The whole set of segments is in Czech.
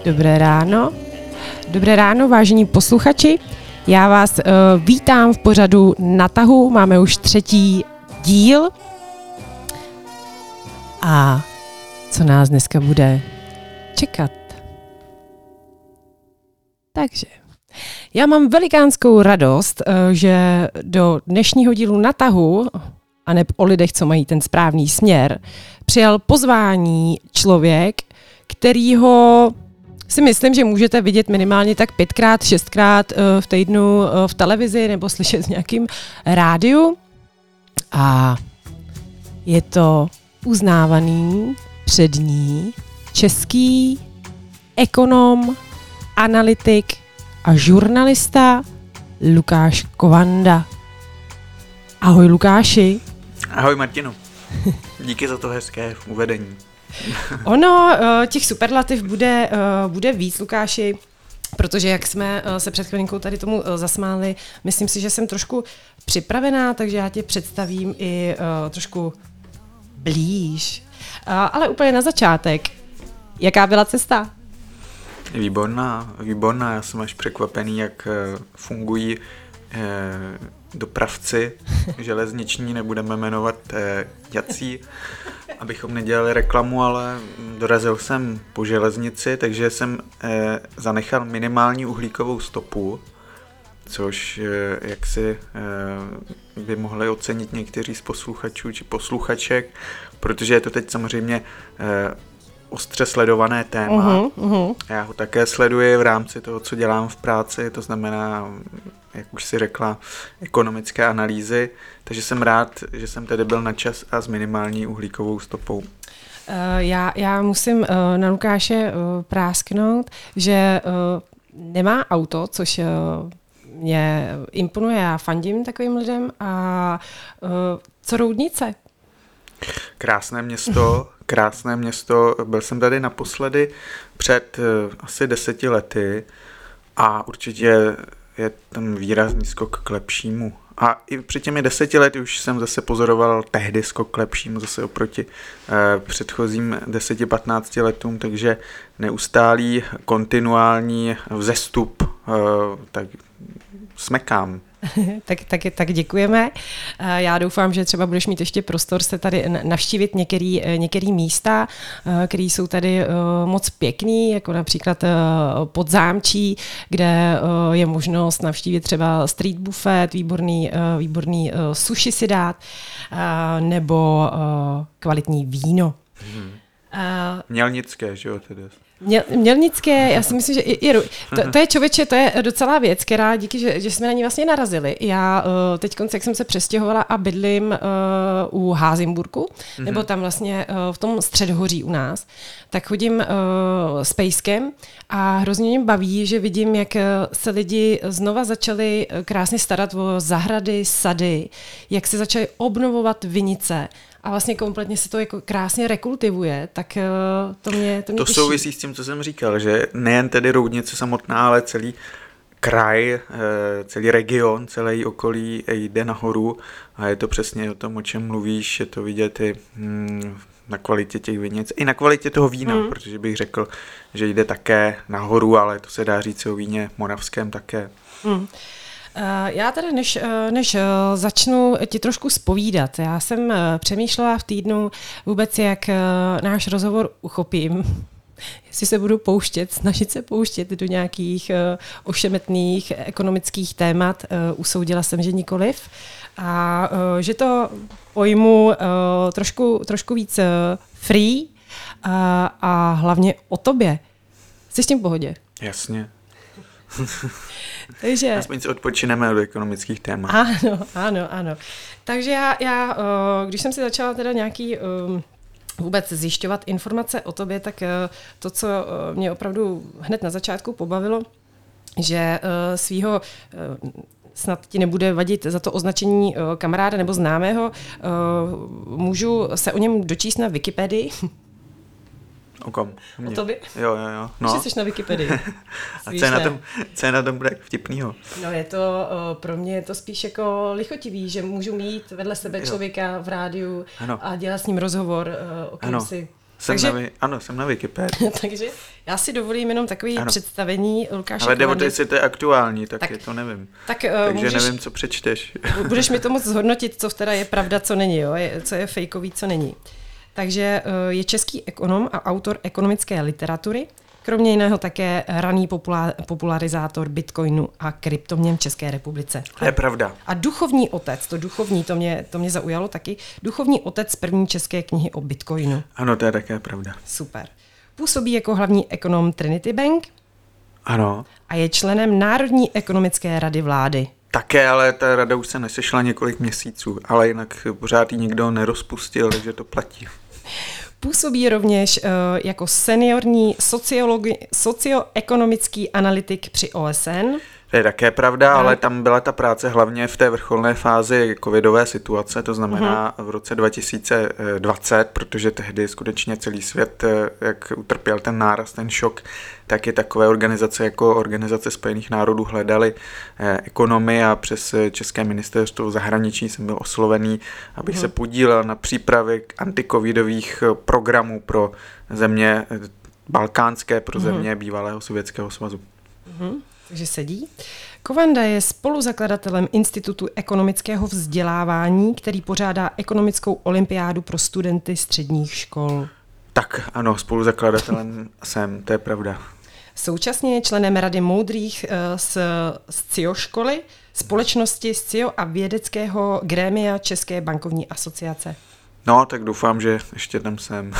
Dobré ráno. Dobré ráno, vážení posluchači. Já vás vítám v pořadu Na tahu. Máme už 3. díl. A co nás dneska bude čekat? Takže já mám velikánskou radost, že do dnešního dílu Na tahu, aneb o lidech, co mají ten správný směr, přijal pozvání člověk, kterýho si myslím, že můžete vidět minimálně tak 5x, 6x v týdnu v televizi nebo slyšet v nějakým rádiu. A je to uznávaný přední český ekonom, analytik a žurnalista Lukáš Kovanda. Ahoj Lukáši. Ahoj Martino. Díky za to hezké uvedení. Ono, těch superlativ bude víc, Lukáši, protože jak jsme se před chvilinkou tady tomu zasmáli, myslím si, že jsem trošku připravená, takže já tě představím i trošku blíž. Ale úplně na začátek, jaká byla cesta? Výborná. Já jsem až překvapený, jak fungují dopravci železniční, nebudeme jmenovat jací, abychom nedělali reklamu, ale dorazil jsem po železnici, takže jsem zanechal minimální uhlíkovou stopu, což jak si by mohli ocenit někteří z posluchačů či posluchaček, protože je to teď samozřejmě ostře sledované téma. Já ho také sleduji v rámci toho, co dělám v práci, to znamená, jak už si řekla, ekonomické analýzy, takže jsem rád, že jsem tedy byl na čas a s minimální uhlíkovou stopou. Já musím na Lukáše prásknout, že nemá auto, což mě imponuje, já fandím takovým lidem. A co Roudnice? Krásné město. Byl jsem tady naposledy před asi 10 lety a určitě je tam výrazný skok k lepšímu. A i před těmi 10 lety už jsem zase pozoroval tehdy skok k lepšímu, zase oproti předchozím 10-15 letům, takže neustálý, kontinuální vzestup, tak smekám. tak děkujeme. Já doufám, že třeba budeš mít ještě prostor se tady navštívit některé místa, které jsou tady moc pěkný, jako například Podzámčí, kde je možnost navštívit třeba street buffet, výborný sushi si dát, nebo kvalitní víno. Mělnické, že jo, tedy. Mělnické, já si myslím, že to je člověče, to je docela věc, která díky, že jsme na ní vlastně narazili. Já teď, jak jsem se přestěhovala a bydlím u Házimburku, nebo tam vlastně v tom středhoří u nás, tak chodím s pejskem a hrozně mě baví, že vidím, jak se lidi znova začali krásně starat o zahrady, sady, jak se začaly obnovovat vinice, a vlastně kompletně se to jako krásně rekultivuje, tak to mě To souvisí s tím, co jsem říkal, že nejen tedy Roudnice samotná, ale celý kraj, celý region, celé okolí jde nahoru a je to přesně o tom, o čem mluvíš, je to vidět i na kvalitě těch vinic, i na kvalitě toho vína, protože bych řekl, že jde také nahoru, ale to se dá říct o víně moravském také. Já tady, než začnu ti trošku zpovídat, já jsem přemýšlela v týdnu vůbec, jak náš rozhovor uchopím. Jestli se budu snažit se pouštět do nějakých ošemetných ekonomických témat, usoudila jsem, že nikoliv. A že to pojmu trošku víc free a hlavně o tobě. Jsi s tím v pohodě? Jasně. Takže aspoň si odpočineme od ekonomických témat. Ano. Takže já když jsem si začala teda nějaký vůbec zjišťovat informace o tobě, tak to, co mě opravdu hned na začátku pobavilo, že svýho snad ti nebude vadit za to označení kamaráda nebo známého, můžu se o něm dočíst na Wikipedii. O kom? O tobě? Jo. No. Že jsi na Wikipedii. A co je na tom bude vtipnýho? No pro mě je to spíš jako lichotivý, že můžu mít vedle sebe člověka v rádiu a dělat s ním rozhovor, o kom si Ano, jsem na Wikipedii. Takže já si dovolím jenom takový představení Lukáše Ale jde o to, Kovandy. jestli to je aktuální, tak je to nevím. Takže nevím, co přečteš. Budeš mi to moc zhodnotit, co teda je pravda, co není, jo? Co je fejkový, co není. Takže je český ekonom a autor ekonomické literatury, kromě jiného také raný popularizátor bitcoinu a kryptoměn v České republice. To je pravda. A duchovní otec, to mě zaujalo taky, duchovní otec první české knihy o bitcoinu. Ano, to je také pravda. Super. Působí jako hlavní ekonom Trinity Bank. Ano. A je členem Národní ekonomické rady vlády. Také, ale ta rada už se nesešla několik měsíců, ale jinak pořád ji nikdo nerozpustil, takže to platí. Působí rovněž jako seniorní socioekonomický analytik při OSN. To je také pravda, ale tam byla ta práce hlavně v té vrcholné fázi covidové situace, to znamená v roce 2020, protože tehdy skutečně celý svět, jak utrpěl ten náraz, ten šok, tak i takové organizace jako Organizace spojených národů hledaly ekonomy a přes České ministerstvo zahraničí jsem byl oslovený, abych se podílel na přípravě antikovidových programů pro země balkánské, pro země bývalého Sovětského svazu. Takže sedí. Kovanda je spoluzakladatelem Institutu ekonomického vzdělávání, který pořádá ekonomickou olympiádu pro studenty středních škol. Tak ano, spoluzakladatelem jsem, to je pravda. Současně je členem Rady moudrých z CIO školy, společnosti z CIO a vědeckého grémia České bankovní asociace. No, tak doufám, že ještě tam jsem.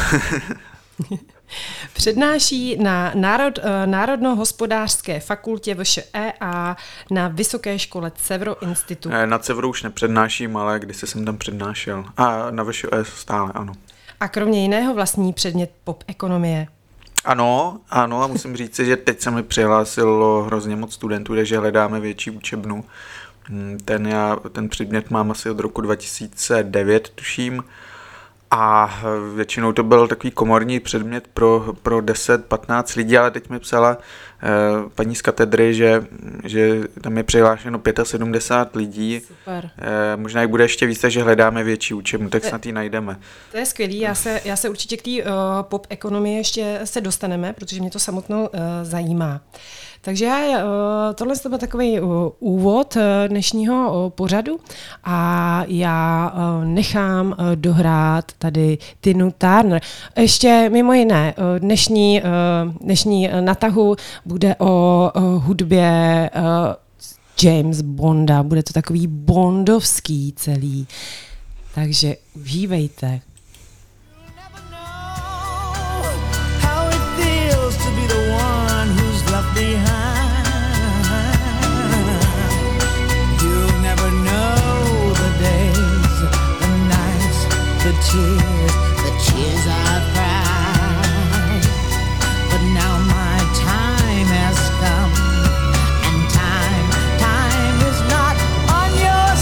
Přednáší na Národnohospodářské fakultě VŠE a na Vysoké škole Cevro Institut. Na Cevru už nepřednáším, ale kdysi jsem tam přednášel. A na VŠE stále, ano. A kromě jiného vlastní předmět pop ekonomie. Ano, a musím říct, že teď se mi přihlásilo hrozně moc studentů, takže hledáme větší učebnu. Ten předmět mám asi od roku 2009, tuším. A většinou to byl takový komorní předmět pro 10-15 lidí, ale teď mi psala paní z katedry, že tam je přihlášeno 75 lidí. Super. Možná jich bude ještě víc, takže hledáme větší učebnu, tak snad ji najdeme. To je skvělý, já se určitě k té pop ekonomii ještě se dostaneme, protože mě to samotnou zajímá. Takže tohle byl takový úvod dnešního pořadu a já nechám dohrát tady Tinu Turner. Ještě mimo jiné, dnešní na tahu bude o hudbě James Bonda. Bude to takový bondovský celý. Takže užívejte. The tears I've cried, but now my time has come, and time is not on your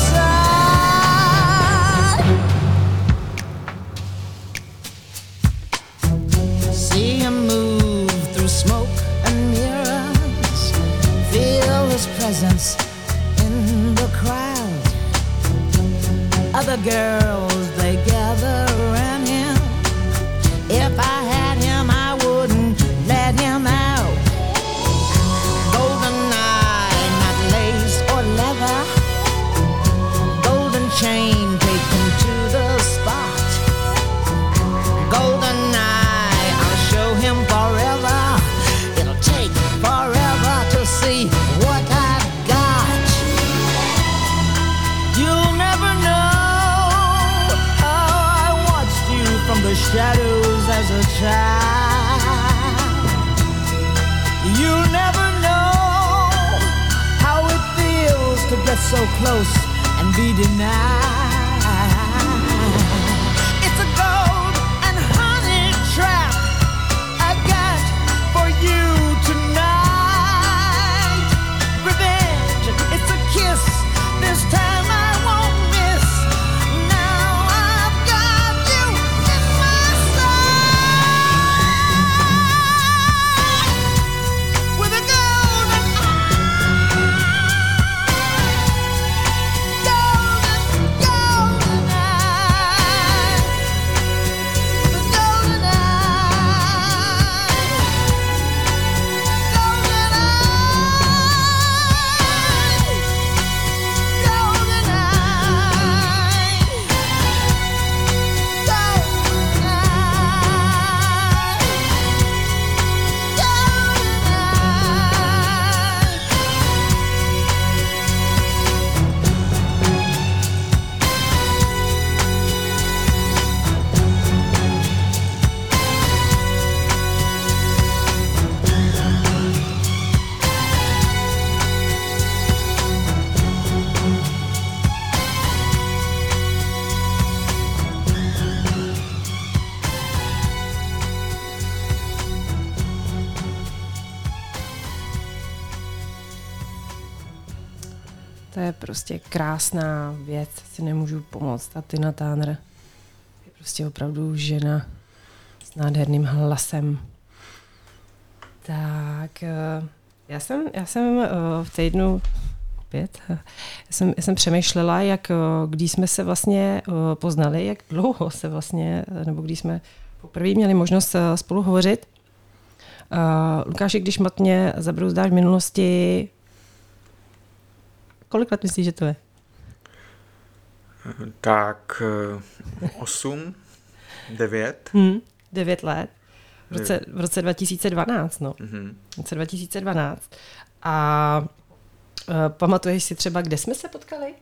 side. See him move through smoke and mirrors, feel his presence in the crowd. Other girls, they gather around him. If I had him, I wouldn't let him out. Golden eye, not lace or leather. Golden chain, take him to the spot. Golden eye, I'll show him forever. It'll take forever to see what I've got. You'll never know from the shadows as a child. You'll never know how it feels to get so close and be denied. It's a gold and honey trap I got for you tonight. Revenge, it's a kiss, this time I won't miss. Go! To je prostě krásná věc, si nemůžu pomoct. A Tina Turner je prostě opravdu žena s nádherným hlasem. Tak, já jsem v týdnu opět, já jsem přemýšlela, když jsme se vlastně poznali, jak dlouho se vlastně, nebo když jsme poprvé měli možnost spolu hovořit. Lukáši, když matně zabrouzdáš v minulosti, kolik let myslíš, že to je? Tak 8, 9. 9 let. V roce 2012, no. V roce 2012. A pamatuješ si třeba, kde jsme se potkali?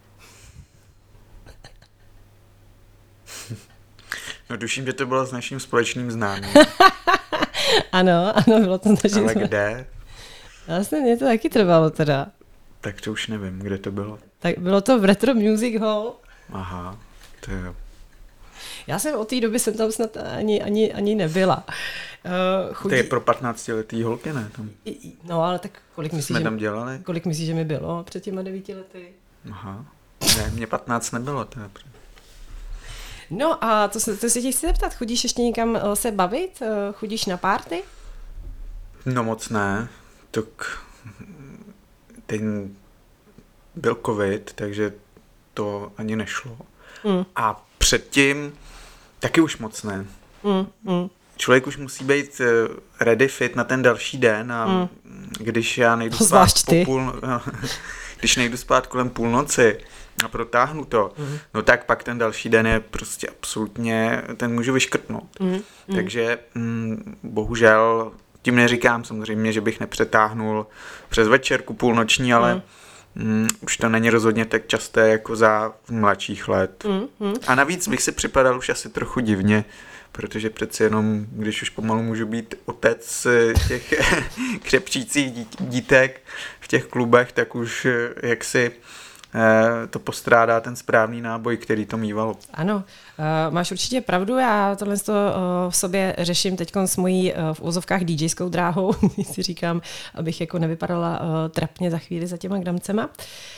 No tuším, že to bylo s naším společným známým. Ano, bylo to s naším. Ale kde? Vlastně mě to taky trvalo teda. Tak to už nevím, kde to bylo. Tak bylo to v Retro Music Hall. Aha, to jo. Já jsem od té doby jsem tam snad ani nebyla. To je pro 15letý holky, ne? Tam. No, ale tak kolik myslíš, jsme tam dělali? Kolik myslíš, že mi bylo před těma 9 lety? Aha. Ne, mě 15 nebylo. Teda. No a to se tě chci zeptat, chodíš ještě někam se bavit? Chodíš na párty? No moc ne. Tak ten byl covid, takže to ani nešlo. A předtím taky už moc ne. Člověk už musí být ready fit na ten další den a když já nejdu spát když nejdu spát kolem půlnoci a protáhnu to, no tak pak ten další den je prostě absolutně, ten můžu vyškrtnout. Takže bohužel, tím neříkám samozřejmě, že bych nepřetáhnul přes večerku půlnoční, ale už to není rozhodně tak časté jako za mladších let. A navíc bych si připadal už asi trochu divně, protože přeci jenom, když už pomalu můžu být otec těch křepčících dítek v těch klubech, tak už jaksi to postrádá ten správný náboj, který to mívalo. Ano, máš určitě pravdu, já tohle v sobě řeším teď s mojí v úzovkách DJskou dráhou, si říkám, abych jako nevypadala trapně za chvíli za těma gramcema.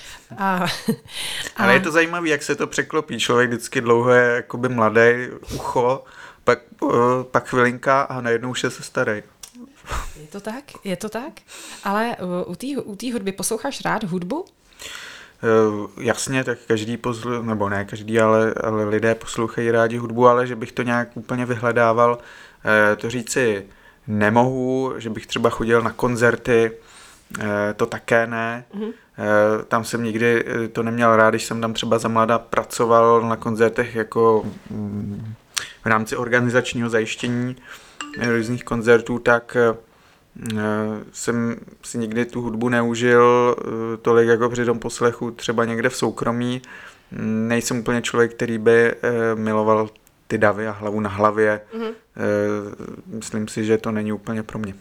Ale je to zajímavé, jak se to překlopí. Člověk vždycky dlouho je jakoby mladý, ucho, pak chvilinka a najednou už je se starý. Je to tak. Ale u té hudby posloucháš rád hudbu? Jasně, tak každý nebo ne každý, ale lidé poslouchají rádi hudbu, ale že bych to nějak úplně vyhledával, to říci nemohu, že bych třeba chodil na koncerty, to také ne. Tam jsem nikdy to neměl rád, když jsem tam třeba za mladá pracoval na koncertech jako v rámci organizačního zajištění různých koncertů, tak jsem si nikdy tu hudbu neužil tolik jako při tom poslechu třeba někde v soukromí. Nejsem úplně člověk, který by miloval ty davy a hlavu na hlavě. Myslím si, že to není úplně pro mě.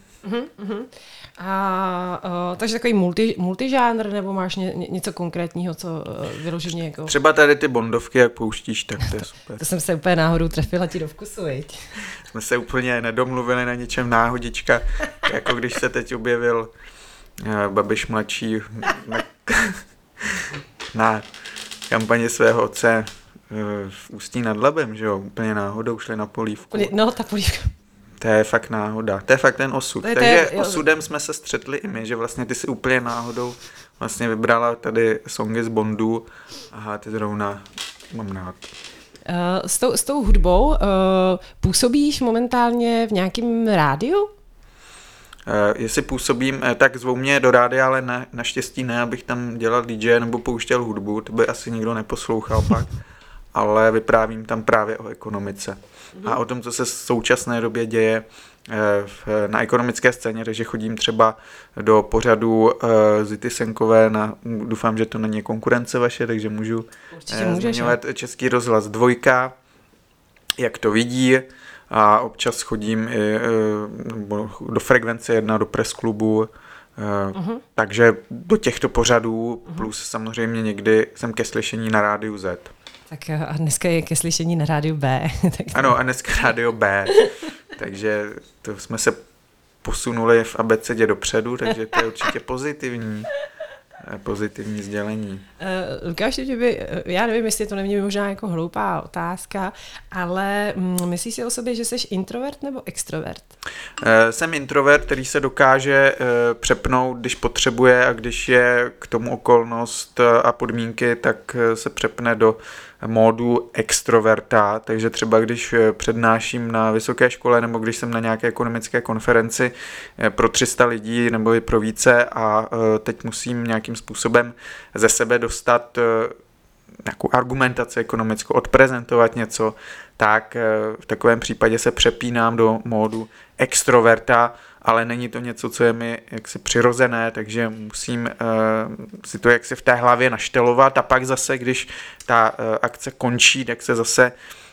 Takže takový multižánr, nebo máš něco konkrétního, co vyloženě jako... Třeba tady ty bondovky, jak pouštíš, tak to je super. To jsem se úplně náhodou trefila ti do vkusu, viď? Jsme se úplně nedomluvili na něčem, náhodička, jako když se teď objevil Babiš mladší na kampani svého otce v Ústí nad Labem, že jo, úplně náhodou šli na polívku. No, ta polívka. To je fakt náhoda, to je fakt ten osud. Takže osudem jsme se střetli i my, že vlastně ty si úplně náhodou vlastně vybrala tady songy z Bondu a ty zrovna mám rád. S tou hudbou působíš momentálně v nějakém rádiu? Jestli působím, tak zvou mě do rádia, ale naštěstí ne, abych tam dělal DJ nebo pouštěl hudbu, to by asi nikdo neposlouchal pak, ale vyprávím tam právě o ekonomice a o tom, co se v současné době děje na ekonomické scéně, takže chodím třeba do pořadu Zity Senkové, doufám, že to není konkurence vaše, takže můžu zmiňovat Český rozhlas 2, jak to vidí, a občas chodím i do Frekvence 1, do Press klubu, takže do těchto pořadů, plus samozřejmě někdy jsem ke slyšení na rádiu Z. Tak a dneska je ke slyšení na rádiu B. Ano, a dneska rádio B. Takže to jsme se posunuli v abecedě dopředu, takže to je určitě pozitivní. pozitivní sdělení. Lukáš, já nevím, jestli to neměl možná jako hloupá otázka, ale myslíš si o sobě, že jsi introvert nebo extrovert? Jsem introvert, který se dokáže přepnout, když potřebuje a když je k tomu okolnost a podmínky, tak se přepne do módu extroverta, takže třeba když přednáším na vysoké škole nebo když jsem na nějaké ekonomické konferenci pro 300 lidí nebo i pro více a teď musím nějakým způsobem ze sebe dostat nějakou argumentaci ekonomickou, odprezentovat něco, tak v takovém případě se přepínám do módu extroverta, ale není to něco, co je mi jaksi přirozené, takže musím si to jaksi v té hlavě naštelovat a pak zase, když ta akce končí, tak se zase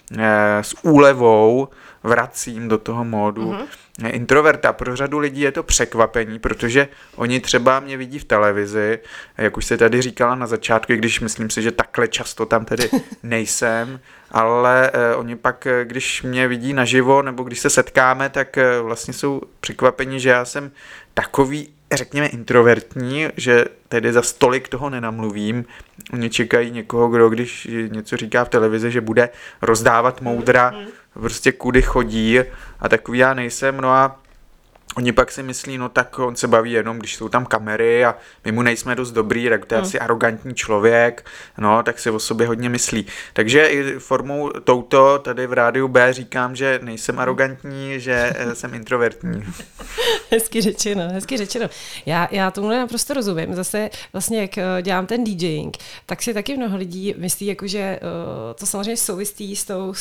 s úlevou vracím do toho módu introverta. Pro řadu lidí je to překvapení, protože oni třeba mě vidí v televizi, jak už se tady říkala na začátku, když myslím si, že takhle často tam tedy nejsem, ale oni pak, když mě vidí naživo nebo když se setkáme, tak vlastně jsou překvapení, že já jsem takový, řekněme, introvertní, že tedy za stolik toho nenamluvím. Oni čekají někoho, kdo když něco říká v televizi, že bude rozdávat moudra, prostě kudy chodí a takový já nejsem, no a oni pak si myslí, no tak on se baví jenom, když jsou tam kamery a my mu nejsme dost dobrý, tak to je asi arrogantní člověk, no, tak si o sobě hodně myslí. Takže i formou touto tady v rádiu B říkám, že nejsem arrogantní, že jsem introvertní. Hezky řečeno. Já tomu naprosto rozumím. Zase vlastně, jak dělám ten DJing, tak si taky mnoho lidí myslí, jako, že to samozřejmě souvisí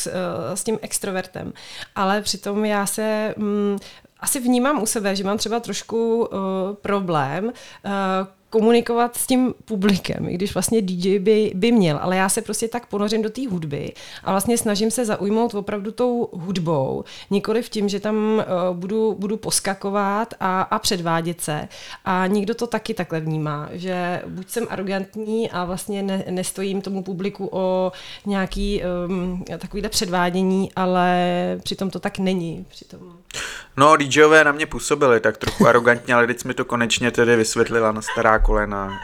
s tím extrovertem, ale přitom já se asi vnímám u sebe, že mám třeba trošku problém komunikovat s tím publikem, i když vlastně DJ by měl, ale já se prostě tak ponořím do té hudby a vlastně snažím se zaujmout opravdu tou hudbou, nikoliv tím, že tam budu poskakovat a předvádět se. A někdo to taky takhle vnímá, že buď jsem arrogantní a vlastně nestojím tomu publiku o nějaký takovýhle předvádění, ale přitom to tak není. No, DJové na mě působili tak trochu arrogantně, ale teď mi to konečně tedy vysvětlila na stará kolena,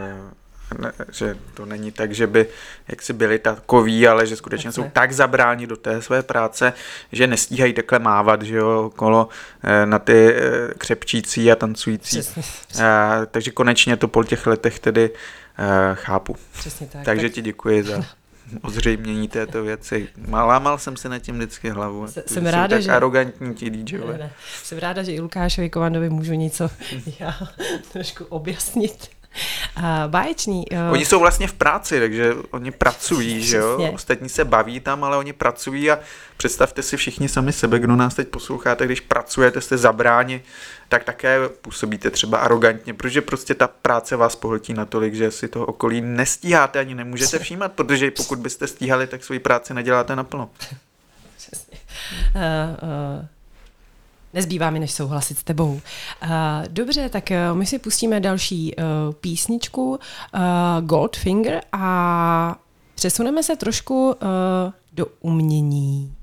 že to není tak, že by jaksi byli takoví, ale že skutečně jsou tak zabráni do té své práce, že nestíhají takhle mávat, že jo, okolo na ty křepčící a tancující. Přesně. Takže konečně to po těch letech tedy chápu. Přesně tak. Takže ti děkuji za ozřejmění této věci. Lámal jsem si nad tím vždycky hlavu. Jsem ráda, tak arrogantní ti DJové. Ne. Jsem ráda, že i Lukášovi Kovandovi můžu něco já trošku objasnit. Báječný. Oni jsou vlastně v práci, takže oni pracují, že jo? Ostatní se baví tam, ale oni pracují a představte si všichni sami sebe, kdo nás teď posloucháte, když pracujete, jste zabráni, tak také působíte třeba arrogantně, protože prostě ta práce vás pohltí natolik, že si toho okolí nestíháte ani nemůžete všímat, protože pokud byste stíhali, tak svoji práci neděláte naplno. Přesně. Nezbývá mi, než souhlasit s tebou. Dobře, tak my si pustíme další písničku Goldfinger a přesuneme se trošku do umění.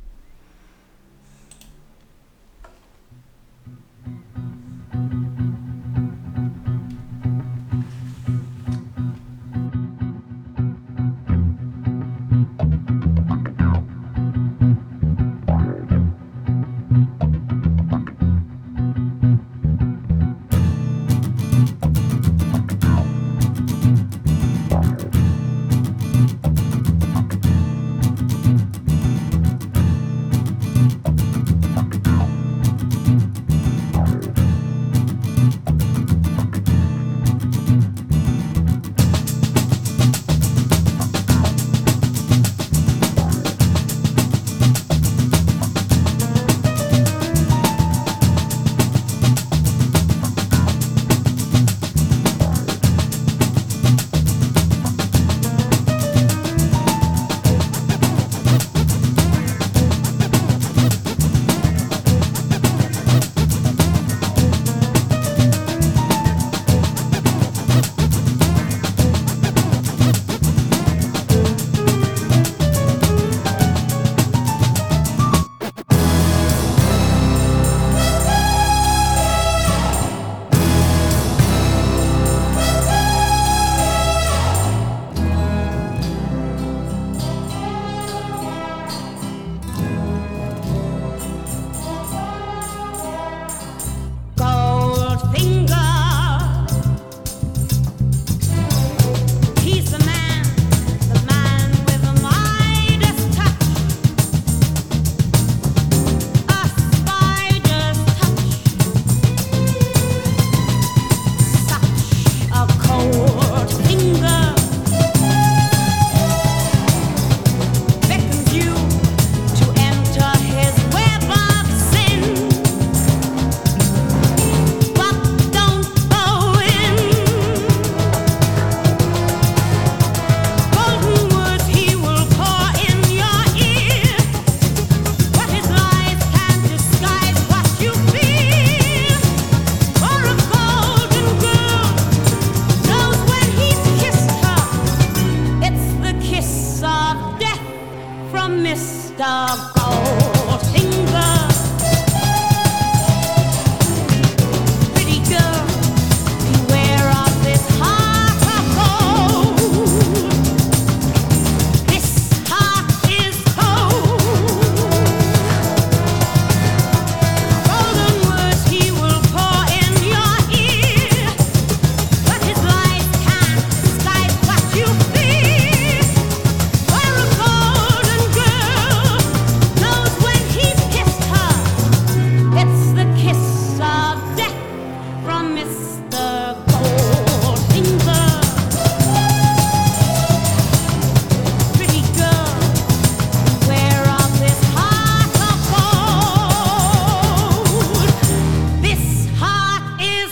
Mr. Goldfinger. Pretty girl, beware of this heart of gold. This heart is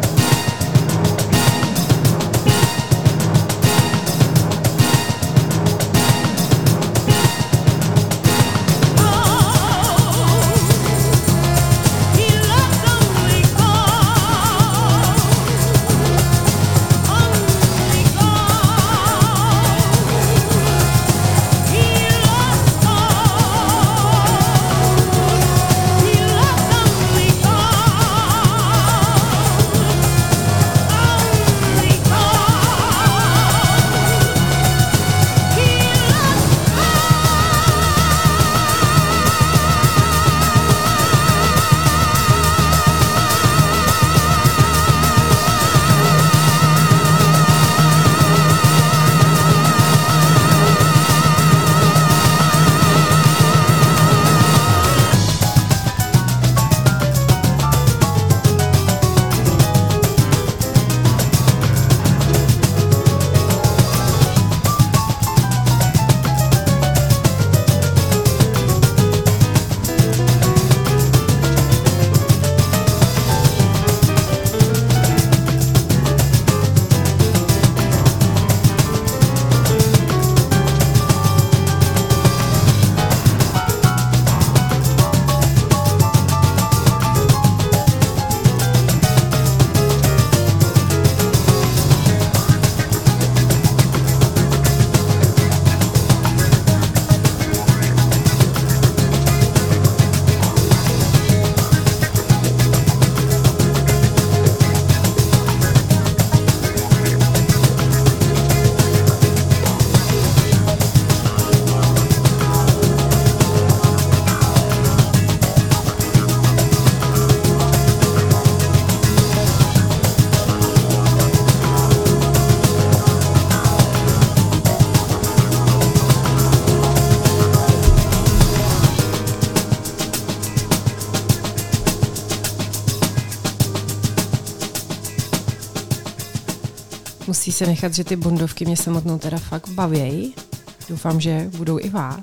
Musí se nechat, že ty bondovky mě samotnou teda fakt bavějí. Doufám, že budou i vás.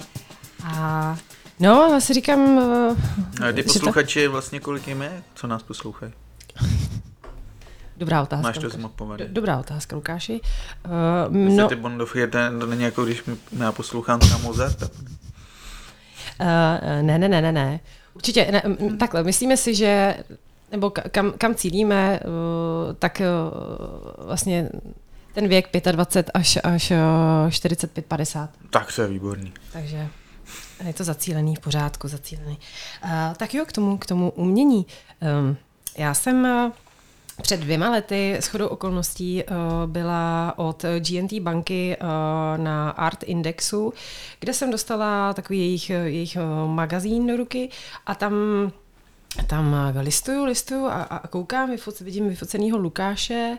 A no, já si říkám... A ty posluchači vlastně kolik jim je, co nás poslouchají? Dobrá otázka. Máš to zmapované. Dobrá otázka, Lukáši. No, ty bondovky, to není jako když já poslouchám na Mozarta. Ne. Určitě, ne, takhle, myslíme si, že nebo kam cílíme, tak vlastně ten věk 25 až 45-50. Tak to je výborný. Takže je to zacílený, v pořádku, zacílený. Tak jo, k tomu umění. Já jsem před 2 lety shodou okolností byla od G&T banky na Art Indexu, kde jsem dostala takový jejich magazín do ruky a tam listuju a koukám, vidím vyfocenýho Lukáše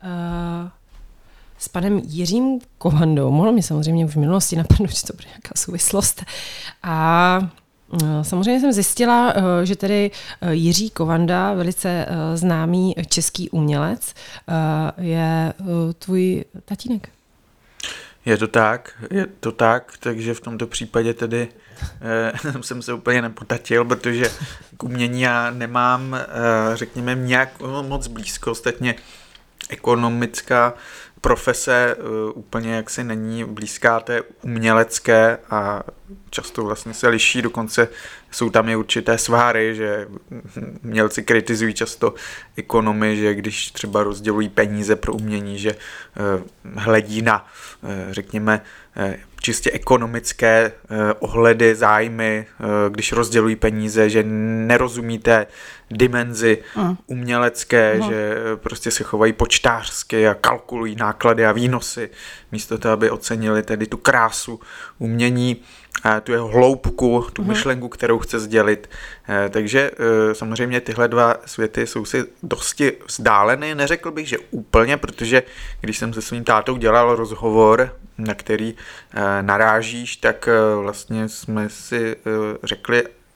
s panem Jiřím Kovandou. Mohlo mi samozřejmě už v minulosti napadnout, že to bude nějaká souvislost. A samozřejmě jsem zjistila, že tedy Jiří Kovanda, velice známý český umělec, je tvůj tatínek. Je to tak, takže v tomto případě tedy jsem se úplně nepotatil, protože k umění já nemám, řekněme, nějak moc blízko, ostatně ekonomická profese úplně jaksi není blízká té umělecké a často vlastně se liší, dokonce jsou tam i určité sváry, že umělci kritizují často ekonomy, že když třeba rozdělují peníze pro umění, že hledí na, řekněme, čistě ekonomické ohledy, zájmy, když rozdělují peníze, že nerozumí té dimenzi umělecké, že prostě se chovají počtářsky a kalkulují náklady a výnosy, místo toho, aby ocenili tedy tu krásu umění, tu jeho hloubku, tu myšlenku, kterou chce sdělit. Takže samozřejmě tyhle dva světy jsou si dosti vzdáleny. Neřekl bych, že úplně, protože když jsem se svým tátou dělal rozhovor, na který narážíš, tak vlastně jsme si řekli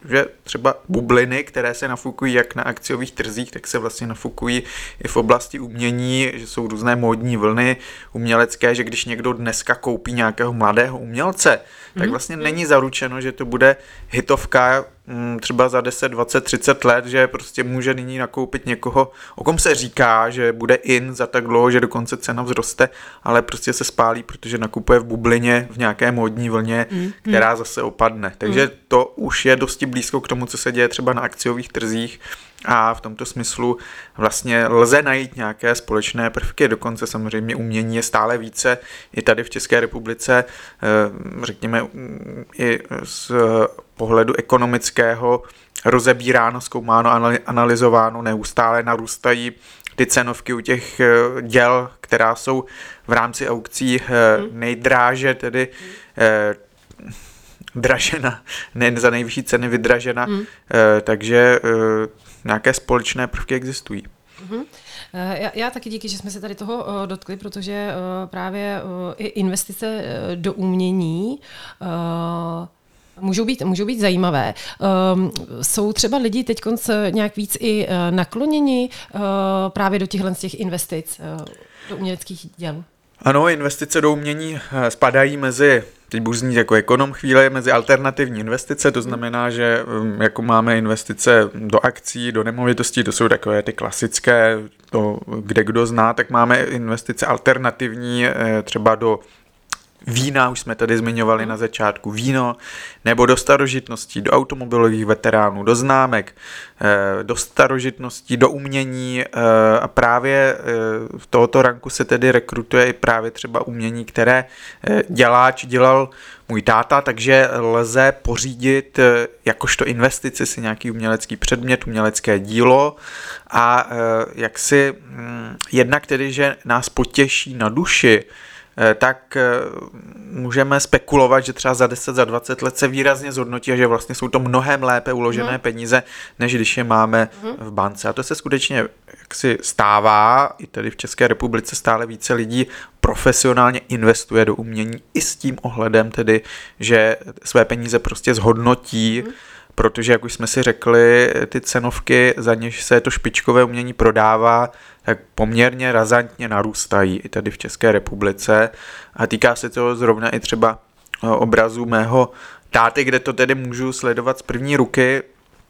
že třeba bubliny, které se nafukují jak na akciových trzích, tak se vlastně nafukují i v oblasti umění, že jsou různé módní vlny umělecké, že když někdo dneska koupí nějakého mladého umělce, tak vlastně není zaručeno, že to bude hitovka třeba za 10, 20, 30 let, že prostě může nyní nakoupit někoho, o kom se říká, že bude in za tak dlouho, že dokonce cena vzroste, ale prostě se spálí, protože nakupuje v bublině, v nějaké módní vlně, která zase opadne. Takže to už je dosti blízko k tomu, co se děje třeba na akciových trzích a v tomto smyslu vlastně lze najít nějaké společné prvky, dokonce samozřejmě umění je stále více i tady v České republice, řekněme i z pohledu ekonomického rozebíráno, zkoumáno, analyzováno, neustále narůstají ty cenovky u těch děl, která jsou v rámci aukcí nejdráže, tedy dražena, ne za nejvyšší ceny vydražena, takže nějaké společné prvky existují. Já taky díky, že jsme se tady toho dotkli, protože právě i investice do umění můžou být zajímavé. Jsou třeba lidi teď nějak víc i nakloněni právě do těch investic, do uměleckých děl? Ano, investice do umění spadají mezi, teď budu znít jako ekonom chvíle, mezi alternativní investice, to znamená, že jako máme investice do akcí, do nemovitostí, to jsou takové ty klasické, to kde kdo zná, tak máme investice alternativní třeba do vína, už jsme tady zmiňovali na začátku, víno, nebo do starožitností, do automobilových veteránů, do známek, do starožitností, do umění a právě v tohoto ranku se tedy rekrutuje i právě třeba umění, které dělal můj táta, takže lze pořídit jakožto investici si nějaký umělecký předmět, umělecké dílo a jak si jednak tedy, že nás potěší na duši, tak můžeme spekulovat, že třeba za 10, za 20 let se výrazně zhodnotí a že vlastně jsou to mnohem lépe uložené peníze, než když je máme v bance. A to se skutečně jaksi stává, i tady v České republice stále více lidí profesionálně investuje do umění i s tím ohledem tedy, že své peníze prostě zhodnotí, protože, jak už jsme si řekli, ty cenovky, za něž se to špičkové umění prodává, tak poměrně razantně narůstají i tady v České republice a týká se toho zrovna i třeba obrazu mého táty, kde to tedy můžu sledovat z první ruky,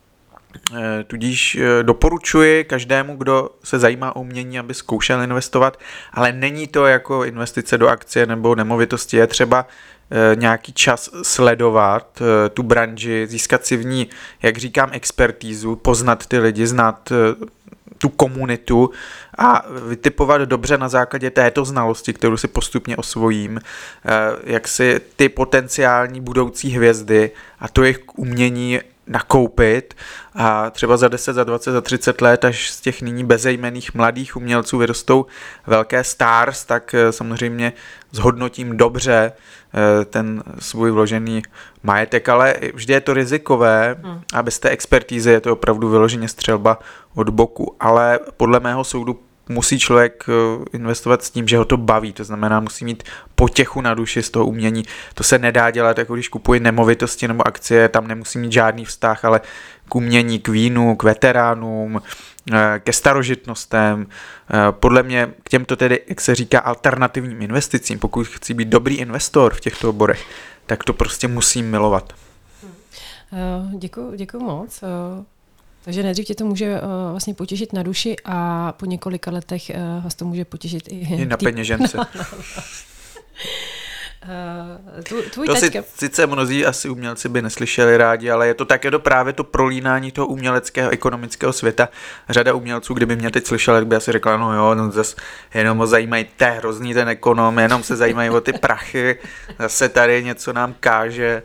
tudíž doporučuji každému, kdo se zajímá o umění, aby zkoušel investovat, ale není to jako investice do akcie nebo nemovitosti, je třeba nějaký čas sledovat tu branži, získat si v ní, jak říkám, expertízu, poznat ty lidi, znát tu komunitu a vytipovat dobře na základě této znalosti, kterou si postupně osvojím, jak si ty potenciální budoucí hvězdy a to jejich umění nakoupit a třeba za 10, za 20, za 30 let, až z těch nyní bezejmenných mladých umělců vyrostou velké stars, tak samozřejmě zhodnotím dobře ten svůj vložený majetek, ale vždy je to rizikové a bez té expertízy je to opravdu vyloženě střelba od boku, ale podle mého soudu musí člověk investovat s tím, že ho to baví, to znamená, musí mít potěchu na duši z toho umění. To se nedá dělat, jako když kupuji nemovitosti nebo akcie, tam nemusí mít žádný vztah, ale k umění, k vínu, k veteránům, ke starožitnostem. Podle mě k těmto tedy, jak se říká, alternativním investicím, pokud chci být dobrý investor v těchto oborech, tak to prostě musím milovat. Děkuju moc. Takže nejdřív tě to může vlastně potěšit na duši a po několika letech vás to může potěšit i na peněžence. Tvůj to taťka... sice mnozí asi umělci by neslyšeli rádi, ale je to právě to prolínání toho uměleckého ekonomického světa. Řada umělců, kdyby mě teď slyšela, tak by asi řekla, no jo, no zase jenom ho zajímají, to je hrozný ten ekonom, jenom se zajímají o ty prachy, zase tady něco nám káže.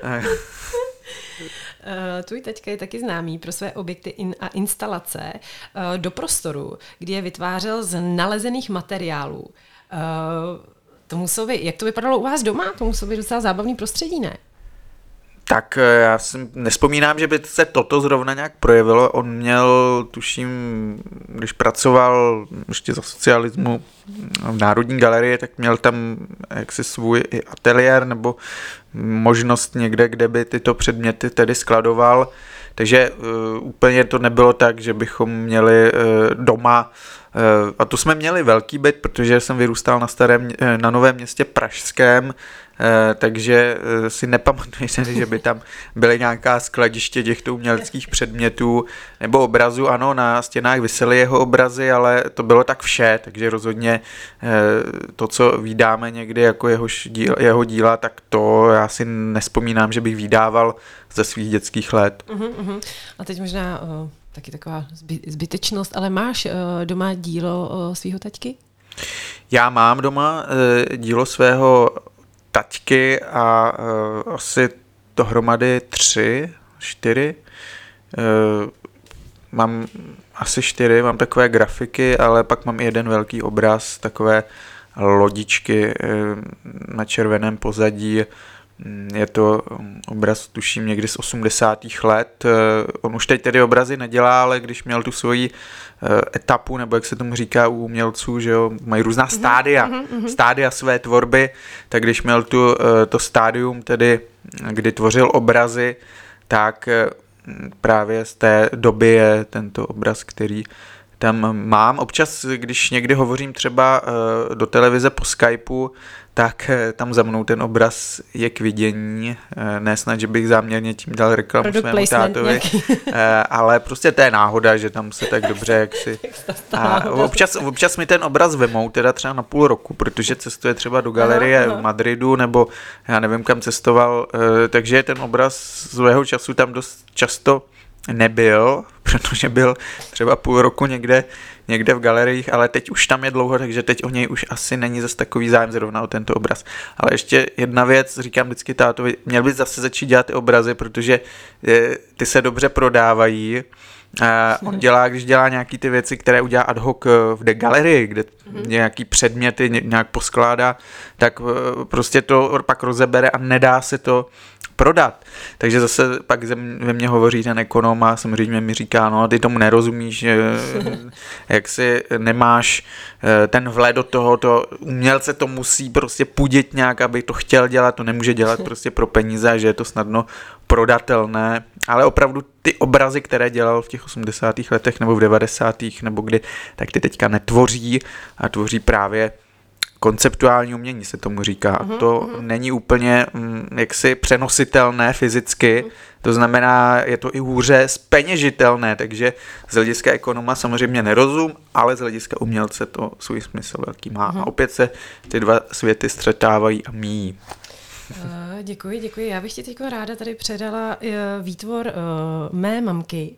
Tvůj taťka je taky známý pro své objekty a instalace do prostoru, kdy je vytvářel z nalezených materiálů. Jak to vypadalo u vás doma? To muselo být docela zábavný prostředí, ne? Tak já si nespomínám, že by se toto zrovna nějak projevilo. On měl, tuším, když pracoval ještě za socialismu v Národní galerii, tak měl tam jaksi svůj i ateliér nebo možnost někde, kde by tyto předměty tedy skladoval. Takže úplně to nebylo tak, že bychom měli doma, a to jsme měli velký byt, protože jsem vyrůstal na Novém Městě pražském, takže si nepamatuji, že by tam byly nějaká skladiště těchto uměleckých předmětů nebo obrazů. Ano, na stěnách visely jeho obrazy, ale to bylo tak vše, takže rozhodně to, co vídáme někdy jako jeho díla, tak to já si nespomínám, že bych vídával ze svých dětských let. A teď možná taky taková zbytečnost, ale máš doma dílo svého taťky? Já mám doma dílo svého taťky a asi dohromady 3, 4. Mám asi 4, mám takové grafiky, ale pak mám i jeden velký obraz, takové lodičky na červeném pozadí. Je to obraz, tuším, někdy z 80. let. On už teď tedy obrazy nedělá, ale když měl tu svoji etapu, nebo jak se tomu říká u umělců, že jo, mají různá stádia své tvorby, tak když měl to stádium, tedy kdy tvořil obrazy, tak právě z té doby je tento obraz, který tam mám. Občas, když někdy hovořím třeba do televize po Skypeu, tak tam za mnou ten obraz je k vidění. Ne snad, že bych záměrně tím dal reklamu svému tátovi, ale prostě to je náhoda, že tam se tak dobře jaksi... A občas mi ten obraz vemou, teda třeba na půl roku, protože cestuje třeba do galerie v Madridu, nebo já nevím, kam cestoval, takže ten obraz svého času tam dost často nebyl, protože byl třeba půl roku někde v galeriích, ale teď už tam je dlouho, takže teď o něj už asi není zase takový zájem zrovna o tento obraz. Ale ještě jedna věc, říkám vždycky tátovi, měl bys zase začít dělat ty obrazy, protože ty se dobře prodávají. On když dělá nějaký ty věci, které udělá ad hoc v The Gallery, kde nějaký předměty nějak poskládá, tak prostě to pak rozebere a nedá se to prodat. Takže zase pak ve mně hovoří ten ekonom a samozřejmě mi říká, no ty tomu nerozumíš, jak si nemáš ten vhled do tohoto, umělce to musí prostě pudit nějak, aby to chtěl dělat, to nemůže dělat prostě pro peníze, že je to snadno prodatelné, ale opravdu ty obrazy, které dělal v těch 80. letech nebo v 90. nebo kdy, tak ty teďka netvoří a tvoří právě konceptuální umění, se tomu říká. A to není úplně jaksi přenositelné fyzicky, to znamená, je to i hůře zpeněžitelné, takže z hlediska ekonoma samozřejmě nerozum, ale z hlediska umělce to svůj smysl velký má. A opět se ty dva světy střetávají a míjí. Děkuji. Já bych ti teď ráda tady předala výtvor mé mamky,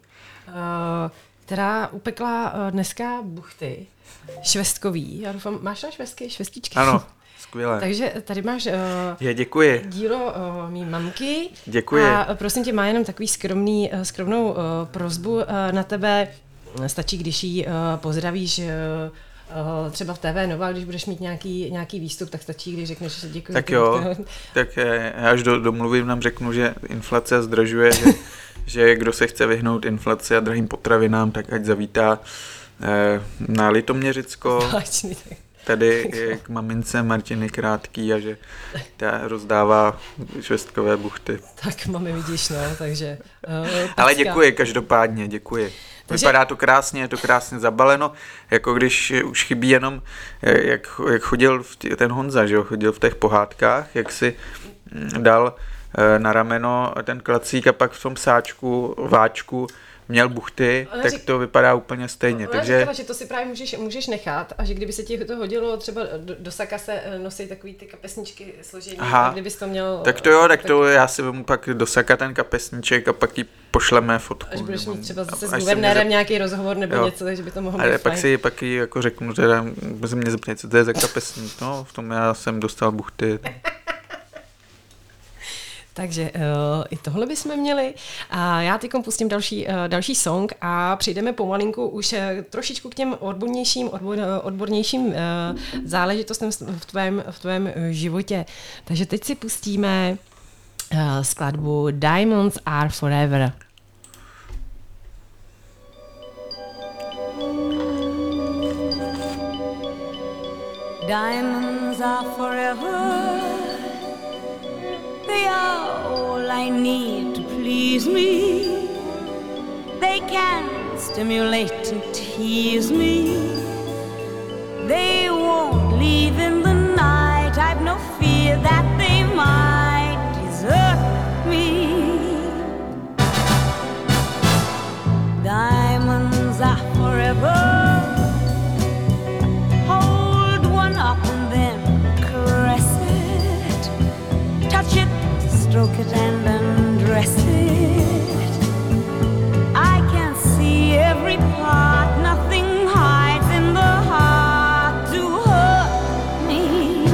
která upekla dneska buchty švestkový. Já doufám, máš na švestičky? Ano, skvěle. Takže tady máš děkuji. Dílo mý mamky. Děkuji. A prosím tě, má jenom takový skromnou prosbu na tebe. Stačí, když jí pozdravíš třeba v TV Nova, když budeš mít nějaký výstup, tak stačí, když řekneš, že děkuji. Tak jo, tak já až domluvím, nám řeknu, že inflace zdražuje, že kdo se chce vyhnout inflaci a drahým potravinám, tak ať zavítá na Litoměřicko, tady k mamince Martiny Krátký a že ta rozdává švestkové buchty. Tak mami, vidíš, no, takže... Ale děkuji, každopádně, děkuji. Vypadá to krásně, je to krásně zabaleno, jako když už chybí jenom, jak chodil ten Honza, že jo, chodil v těch pohádkách, jak si dal na rameno ten klacík a pak v tom váčku měl buchty, tak to vypadá úplně stejně. Takže říkala, že to si právě můžeš nechat a že kdyby se ti to hodilo, třeba do saka se nosí takový ty kapesničky složení, a kdybys to měl... Tak to já si vemu pak do saka ten kapesníček a pak ti pošleme fotku. Až budeš mít třeba zase s guvernérem nějaký rozhovor nebo něco, takže by to mohlo být fajn. Pak ji jako řeknu, teda se mě zeptat, co to je za kapesník, no v tom já jsem dostal buchty. Takže i tohle bychom měli. A já teď pustím další song a přejdeme pomalinku už trošičku k těm odbornějším záležitostem v tvém životě. Takže teď si pustíme skladbu Diamonds Are Forever. Diamonds are forever. They are all I need to please me. They can stimulate and tease me. They won't leave in the night. I've no fear that they might desert me. Diamonds are forever. Hold one up and then caress it. Touch it, stroke it and undress it. I can see every part, nothing hides in the heart to hurt me.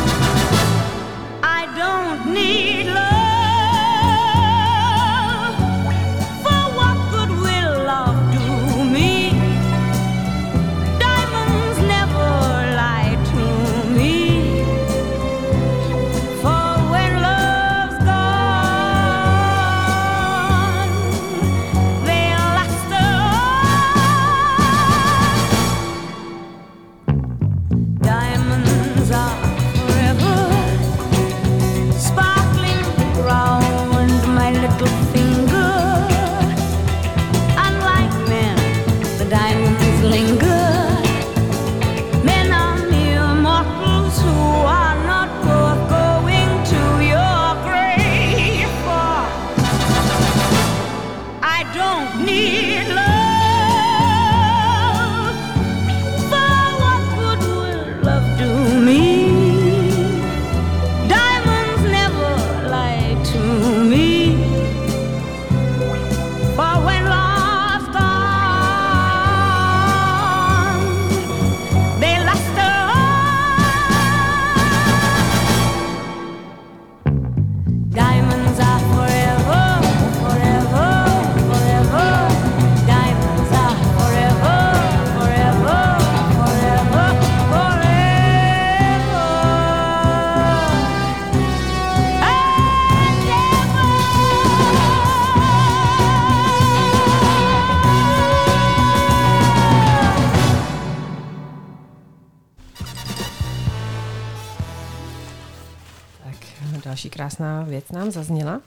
I don't need love. For what good will love do me? Diamonds never lie to me. For when love's gone, they'll last on. Diamonds are forever, sparkling round my little finger. Unlike men, the diamonds linger. Men are mere mortals who are not worth going to your grave for. I don't need love. For what good will love do me? Diamonds never lie to me. For when love's gone, they last on. Diamonds are forever, forever, forever. Diamonds are forever, forever, forever, forever. And Tak další krásná věc nám zazněla.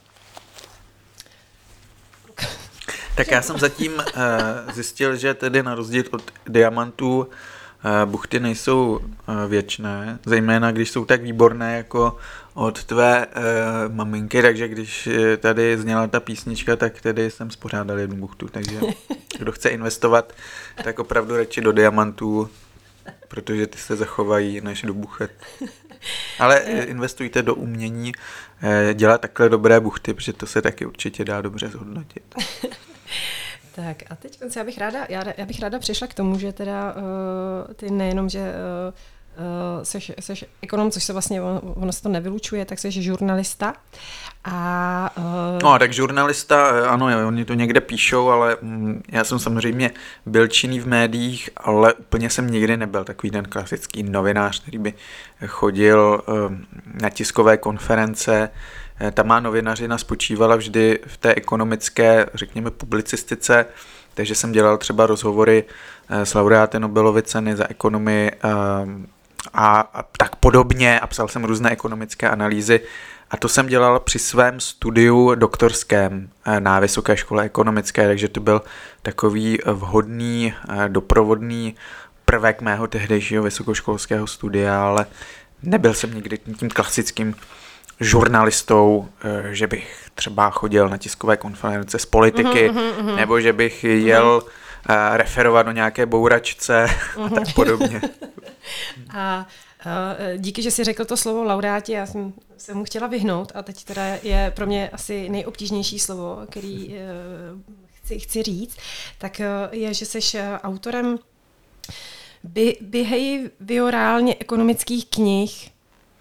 Tak já jsem zatím zjistil, že tedy na rozdíl od diamantů buchty nejsou věčné, zejména když jsou tak výborné jako od tvé maminky, takže když tady zněla ta písnička, tak tedy jsem spořádal jednu buchtu, takže kdo chce investovat, tak opravdu radši do diamantů, protože ty se zachovají než do buchet. Ale investujte do umění dělat takhle dobré buchty, protože to se taky určitě dá dobře zhodnotit. Tak a teď já bych ráda přišla k tomu, že teda ty nejenom, že seš ekonom, což se vlastně, ono se to nevylučuje, tak seš žurnalista. No, tak žurnalista, ano, oni to někde píšou, ale já jsem samozřejmě byl činný v médiích, ale úplně jsem nikdy nebyl takový ten klasický novinář, který by chodil na tiskové konference. Ta má novinařina spočívala vždy v té ekonomické, řekněme, publicistice, takže jsem dělal třeba rozhovory s laureáty Nobelovy ceny za ekonomii a tak podobně a psal jsem různé ekonomické analýzy a to jsem dělal při svém studiu doktorském na Vysoké škole ekonomické, takže to byl takový vhodný doprovodný prvek mého tehdejšího vysokoškolského studia, ale nebyl jsem nikdy tím klasickým žurnalistou, že bych třeba chodil na tiskové konference z politiky, nebo že bych jel referovat o nějaké bouračce a tak podobně. A díky, že jsi řekl to slovo laureáti, já jsem se mu chtěla vyhnout a teď teda je pro mě asi nejobtížnější slovo, který chci říct, tak je, že jsi autorem behaviorálně ekonomických knih.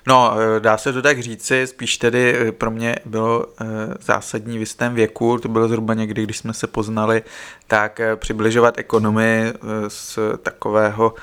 No, dá se to tak říci, spíš tedy pro mě bylo zásadní v jistém věku, to bylo zhruba někdy, když jsme se poznali, tak přibližovat ekonomii z takového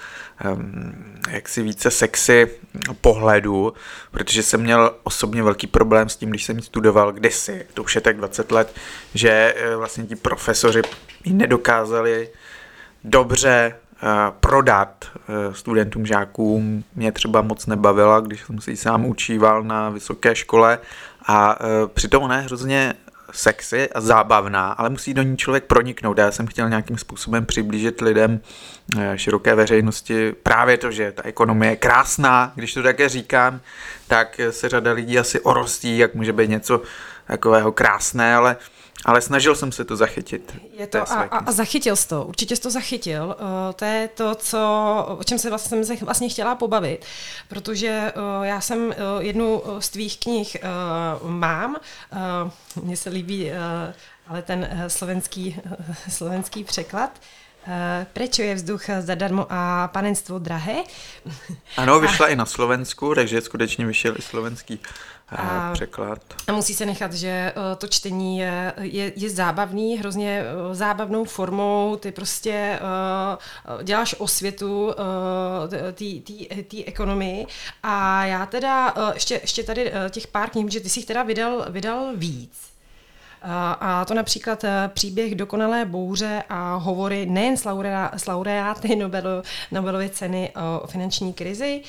jaksi více sexy pohledu, protože jsem měl osobně velký problém s tím, když jsem ji studoval kdysi, to už je tak 20 let, že vlastně ti profesoři ji nedokázali dobře prodat studentům, žákům. Mě třeba moc nebavila, když jsem si ji sám učíval na vysoké škole a přitom ona je hrozně sexy a zábavná, ale musí do ní člověk proniknout. Já jsem chtěl nějakým způsobem přiblížit lidem, široké veřejnosti právě to, že ta ekonomie je krásná. Když to také říkám, tak se řada lidí asi orostí, jak může být něco takového krásné, ale snažil jsem se to zachytit. Je to a zachytil jsi to, určitě jsi to zachytil. To je to, o čem jsem se vlastně chtěla pobavit, protože já jsem jednu z tvých knih mám, mně se líbí ale ten slovenský překlad. Prečo je vzduch zadarmo a panenstvo drahé? Ano, vyšla i na Slovensku, takže skutečně vyšel i slovenský překlad. A musí se nechat, že to čtení je zábavný, hrozně zábavnou formou, ty prostě děláš osvětu té ekonomii a já teda ještě tady těch pár knih, že ty jsi jich teda vydal víc. A to například příběh Dokonalé bouře a hovory nejen s laureáty Nobelovy ceny o finanční krizi.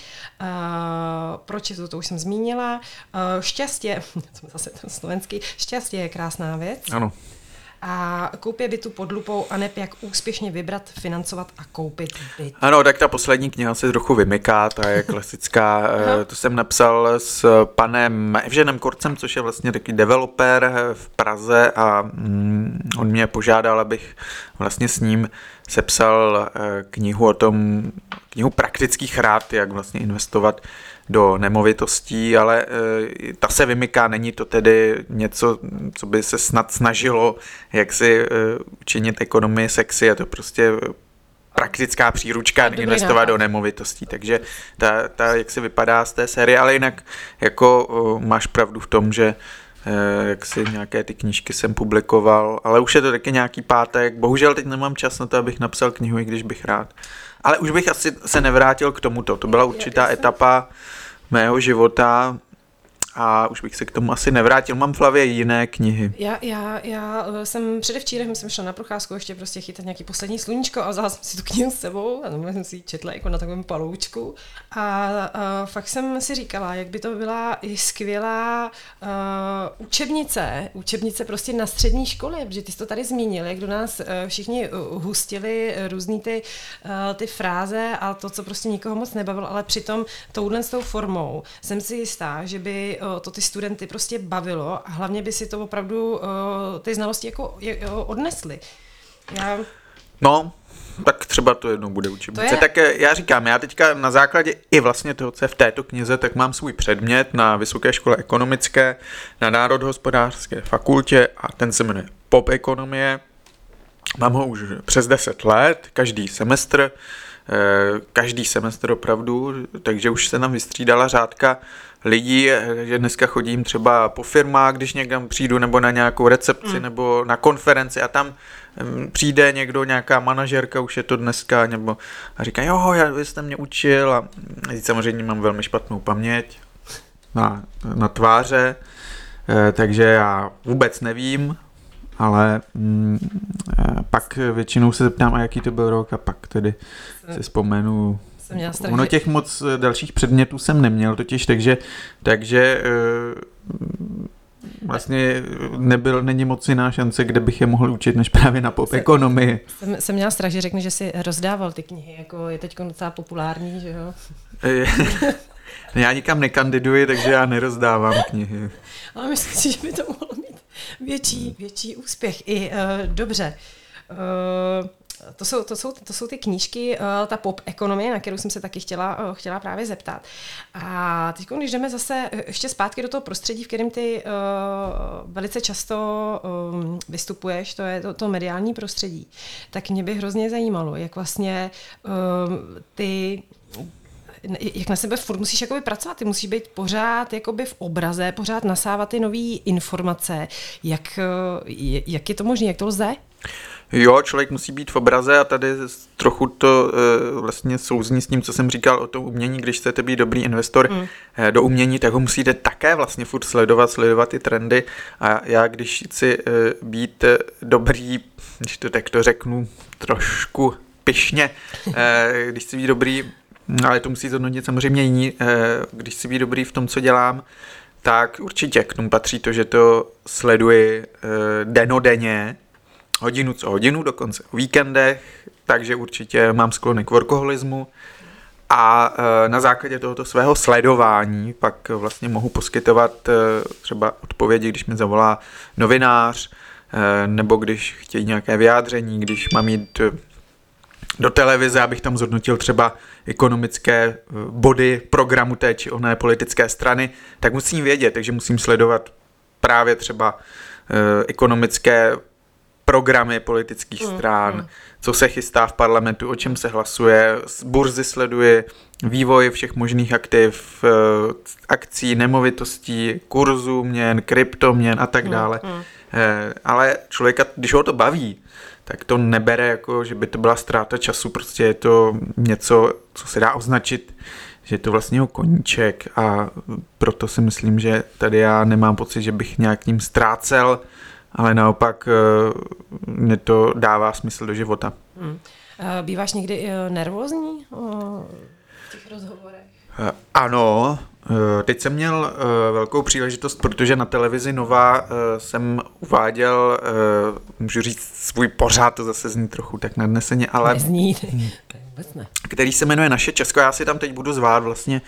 Proč to už jsem zmínila. Štěstí, zase to slovenský, štěstí je krásná věc. Ano. A koupě bytu pod lupou aneb jak úspěšně vybrat, financovat a koupit byt. Ano, tak ta poslední kniha se trochu vymyká, ta je klasická. To jsem napsal s panem Evženem Korcem, což je vlastně takový developer v Praze a on mě požádal, abych vlastně s ním sepsal knihu knihu praktických rád, jak vlastně investovat do nemovitostí, ale ta se vymyká, není to tedy něco, co by se snad snažilo jak si učinit ekonomii sexy, je to prostě praktická příručka investovat do nemovitostí, takže ta jak si vypadá z té série, ale jinak jako máš pravdu v tom, že jak si nějaké ty knížky jsem publikoval, ale už je to taky nějaký pátek, bohužel teď nemám čas na to, abych napsal knihu, i když bych rád. Ale už bych asi se nevrátil k tomuto, to byla určitá etapa mého života a už bych se k tomu asi nevrátil. Mám v hlavě jiné knihy. Já jsem předevčírem jsem šla na procházku ještě prostě chytat nějaký poslední sluníčko a vzala jsem si tu knihu s sebou a jsem si ji četla jako na takovém paloučku a fakt jsem si říkala, jak by to byla i skvělá učebnice prostě na střední škole, protože ty jsi to tady zmínil, jak do nás všichni hustili různý ty fráze a to, co prostě nikoho moc nebavilo, ale přitom touhle s tou formou jsem si jistá, že by to ty studenty prostě bavilo a hlavně by si to opravdu ty znalosti jako odnesli. No, tak třeba to jednou bude učebnice. Tak já říkám, já teďka na základě i vlastně toho, co je v této knize, tak mám svůj předmět na Vysoké škole ekonomické, na Národohospodářské fakultě a ten se jmenuje Pop ekonomie. Mám ho už přes 10 let, každý semestr opravdu, takže už se nám vystřídala řádka lidí, že dneska chodím třeba po firmách, když někam přijdu, nebo na nějakou recepci, nebo na konferenci a tam přijde někdo, nějaká manažerka, už je to dneska, nebo a říká, jo, vy jste mě učil a teď samozřejmě mám velmi špatnou paměť na tváře, takže já vůbec nevím, ale pak většinou se zeptám, a jaký to byl rok a pak tedy si vzpomenu. Ono těch moc dalších předmětů jsem neměl totiž, takže vlastně není moc jiná šance, kde bych je mohl učit, než právě na pop ekonomii. Jsem měla strach, že řekne, že si rozdával ty knihy, jako je teď docela populární, že jo? Já nikam nekandiduji, takže já nerozdávám knihy. Ale myslím si, že by to mohlo mít větší úspěch. I dobře. To jsou ty knížky, ta pop ekonomie, na kterou jsem se taky chtěla právě zeptat. A teď, když jdeme zase ještě zpátky do toho prostředí, v kterém ty velice často vystupuješ, to je to mediální prostředí, tak mě by hrozně zajímalo, jak vlastně ty jak na sebe furt musíš jakoby pracovat, ty musíš být pořád jakoby v obraze, pořád nasávat ty nové informace. Jak je to možné, jak to lze? Jo, člověk musí být v obraze a tady trochu to vlastně souzní s tím, co jsem říkal o tom umění, když chcete být dobrý investor do umění, tak ho musíte také vlastně furt sledovat ty trendy a já, když chci být dobrý, když to tak to řeknu trošku pyšně, když chci být dobrý, ale to musí zhodnotit samozřejmě jiní, když chci být dobrý v tom, co dělám, tak určitě k tomu patří to, že to sleduji denodenně, hodinu co hodinu, dokonce o víkendech, takže určitě mám sklony k workoholismu a na základě tohoto svého sledování pak vlastně mohu poskytovat třeba odpovědi, když mi zavolá novinář, nebo když chtějí nějaké vyjádření, když mám jít do televize, abych tam zhodnotil třeba ekonomické body programu té či oné politické strany, tak musím vědět, takže musím sledovat právě třeba ekonomické programy politických stran, co se chystá v parlamentu, o čem se hlasuje, z burzy sleduje vývoj všech možných aktiv, akcí, nemovitostí, kurzů měn, kryptoměn a tak dále. Ale člověka, když ho to baví, tak to nebere jako, že by to byla ztráta času, prostě je to něco, co se dá označit, že je to vlastně jeho koníček a proto si myslím, že tady já nemám pocit, že bych nějak tím ztrácel, ale naopak mě to dává smysl do života. Býváš někdy nervózní v těch rozhovorech? Ano, teď jsem měl velkou příležitost, protože na televizi Nova jsem uváděl, můžu říct svůj pořád, to zase zní trochu tak nadneseně, ale nezní, vůbec ne. Který se jmenuje Naše Česko. Já si tam teď budu zvát vlastně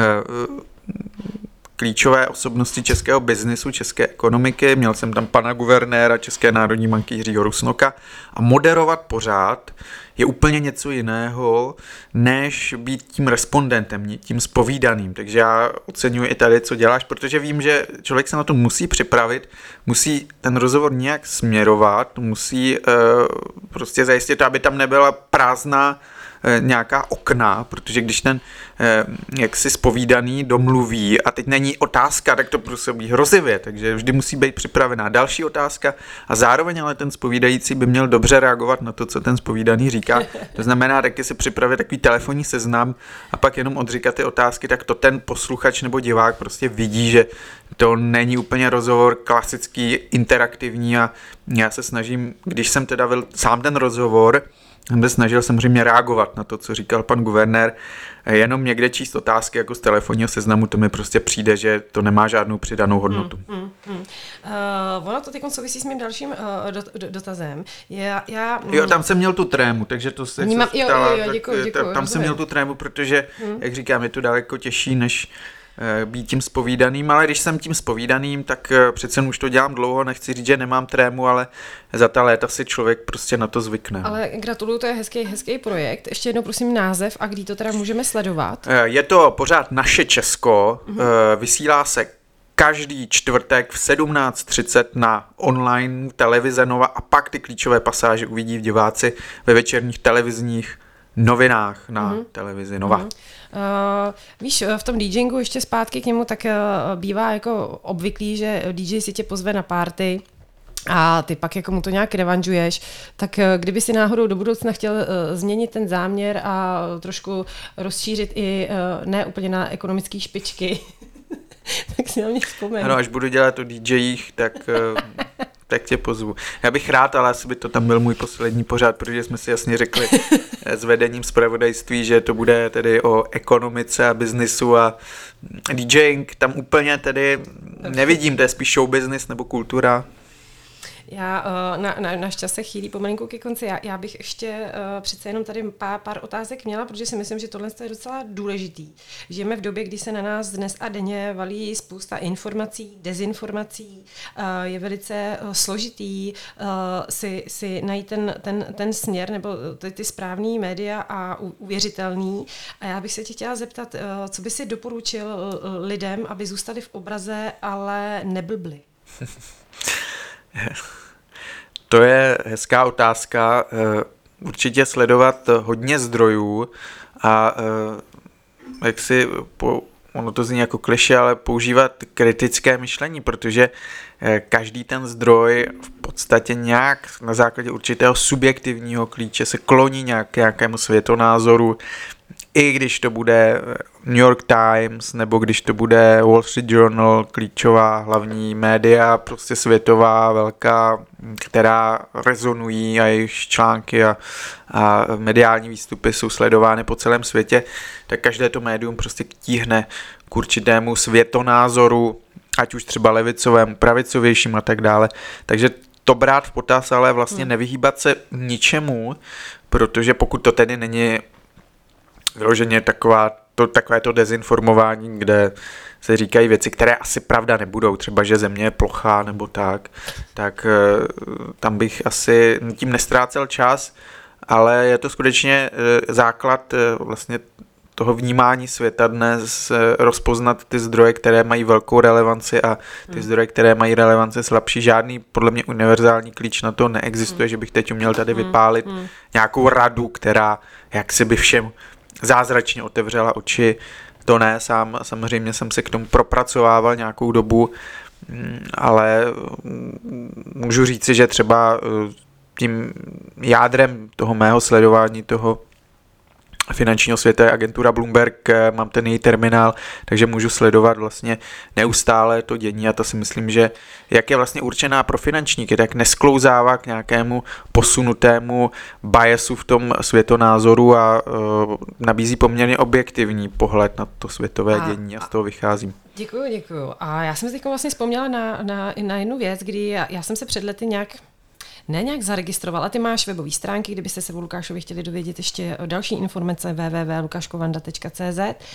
klíčové osobnosti českého biznisu, české ekonomiky. Měl jsem tam pana guvernéra České národní banky Jiřího Rusnoka a moderovat pořád je úplně něco jiného, než být tím respondentem, tím zpovídaným. Takže já oceňuji i tady, co děláš, protože vím, že člověk se na to musí připravit, musí ten rozhovor nějak směrovat, musí prostě zajistit to, aby tam nebyla prázdná nějaká okna, protože když ten jaksi zpovídaný domluví a teď není otázka, tak to působí hrozivě, takže vždy musí být připravená další otázka a zároveň ale ten zpovídající by měl dobře reagovat na to, co ten zpovídaný říká. To znamená taky si připravit takový telefonní seznam a pak jenom odříkat ty otázky, tak to ten posluchač nebo divák prostě vidí, že to není úplně rozhovor klasický, interaktivní a já se snažím, když jsem teda byl sám ten rozhovor, jsem se snažil samozřejmě reagovat na to, co říkal pan guvernér. Jenom někde číst otázky jako z telefonního seznamu, to mi prostě přijde, že to nemá žádnou přidanou hodnotu. Ono to teď souvisí s mým dalším dotazem. Jo, tam jsem měl tu trému, takže to se ptala. Děkuji. Tam jsem měl tu trému, protože, jak říkám, je to daleko těžší, než být tím zpovídaným, ale když jsem tím zpovídaným, tak přece už to dělám dlouho, nechci říct, že nemám trému, ale za ta léta si člověk prostě na to zvykne. Ale gratuluju, to je hezký projekt. Ještě jednou prosím název a kdy to teda můžeme sledovat? Je to pořád Naše Česko, vysílá se každý čtvrtek v 17:30 na online televize Nova a pak ty klíčové pasáže uvidí v diváci ve večerních televizních novinách na televizi Nova. Víš, v tom DJingu ještě zpátky k němu, tak bývá jako obvyklý, že DJ si tě pozve na party a ty pak jako mu to nějak revanžuješ, tak kdyby si náhodou do budoucna chtěl změnit ten záměr a trošku rozšířit i ne úplně na ekonomické špičky, tak si na mě vzpomeň. Ano, až budu dělat o DJích, tak tě pozvu. Já bych rád, ale asi by to tam byl můj poslední pořád, protože jsme si jasně řekli s vedením zpravodajství, že to bude tedy o ekonomice a biznisu a DJing tam úplně tedy nevidím, to je spíš show business nebo kultura. Já náš čas se chýlí pomalinku ke konci. Já bych ještě přece jenom tady pár otázek měla, protože si myslím, že tohle je docela důležitý. Žijeme v době, kdy se na nás dnes a denně valí spousta informací, dezinformací. Je velice složitý si najít ten směr nebo ty správný média a uvěřitelný. A já bych se tě chtěla zeptat, co by si doporučil lidem, aby zůstali v obraze, ale neblbli? To je hezká otázka. Určitě sledovat hodně zdrojů a ono to zní jako klišé, ale používat kritické myšlení, protože každý ten zdroj v podstatě nějak na základě určitého subjektivního klíče se kloní nějakému světonázoru, i když to bude New York Times, nebo když to bude Wall Street Journal, klíčová hlavní média, prostě světová, velká, která rezonují a jejich články a mediální výstupy jsou sledovány po celém světě, tak každé to médium prostě tíhne k určitému světonázoru, ať už třeba levicovému, pravicovějším a tak dále. Takže to brát v potaz, ale vlastně nevyhýbat se ničemu, protože pokud to tedy není vyloženě takové to dezinformování, kde se říkají věci, které asi pravda nebudou, třeba, že země je plochá nebo tak tam bych asi tím nestrácel čas, ale je to skutečně základ vlastně toho vnímání světa dnes, rozpoznat ty zdroje, které mají velkou relevanci a ty zdroje, které mají relevanci slabší. Žádný podle mě univerzální klíč na to neexistuje, že bych teď uměl tady vypálit nějakou radu, která jaksi by všem zázračně otevřela oči. To ne, samozřejmě jsem se k tomu propracovával nějakou dobu, ale můžu říci, že třeba tím jádrem toho mého sledování toho finančního světa je agentura Bloomberg, mám ten její terminál, takže můžu sledovat vlastně neustále to dění a to si myslím, že jak je vlastně určená pro finančníky, tak nesklouzává k nějakému posunutému biasu v tom světonázoru a nabízí poměrně objektivní pohled na to světové dění a z toho vycházím. Děkuju. A já jsem si teď vlastně vzpomněla na jednu věc, kdy já jsem se před lety nějak zaregistroval. A ty máš webové stránky, kdybyste se o Lukášovi chtěli dovědět ještě další informace www.lukaškovanda.cz.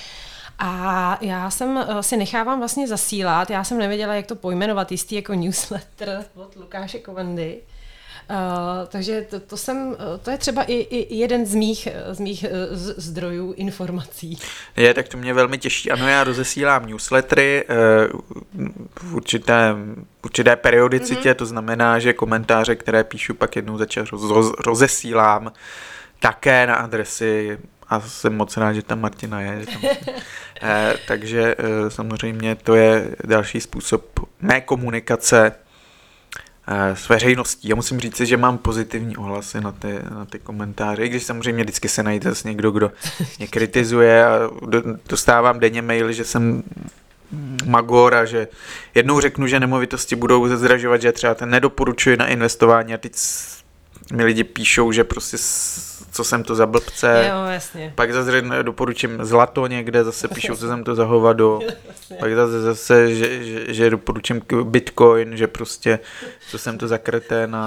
A já jsem si nechávám vlastně zasílat, já jsem nevěděla, jak to pojmenovat, jistý jako newsletter od Lukáše Kovandy. Takže to je třeba i jeden z mých zdrojů informací. Tak to mě velmi těší. Ano, já rozesílám newslettery v určité periodicitě, to znamená, že komentáře, které píšu, pak jednou za čas rozesílám také na adresy a jsem moc rád, že tam Martina je. Takže samozřejmě to je další způsob mé komunikace s veřejností. Já musím říct, že mám pozitivní ohlasy na ty komentáře, i když samozřejmě vždycky se najde zase někdo, kdo mě kritizuje a dostávám denně maily, že jsem magor a že jednou řeknu, že nemovitosti budou zdražovat, že třeba ten nedoporučuji na investování a teď mi lidi píšou, že prostě co jsem to za blbce, jo, jasně. Pak zase doporučím zlato někde, zase píšou, co jsem to za hovado, pak zase že doporučím Bitcoin, že prostě, co jsem to za kretén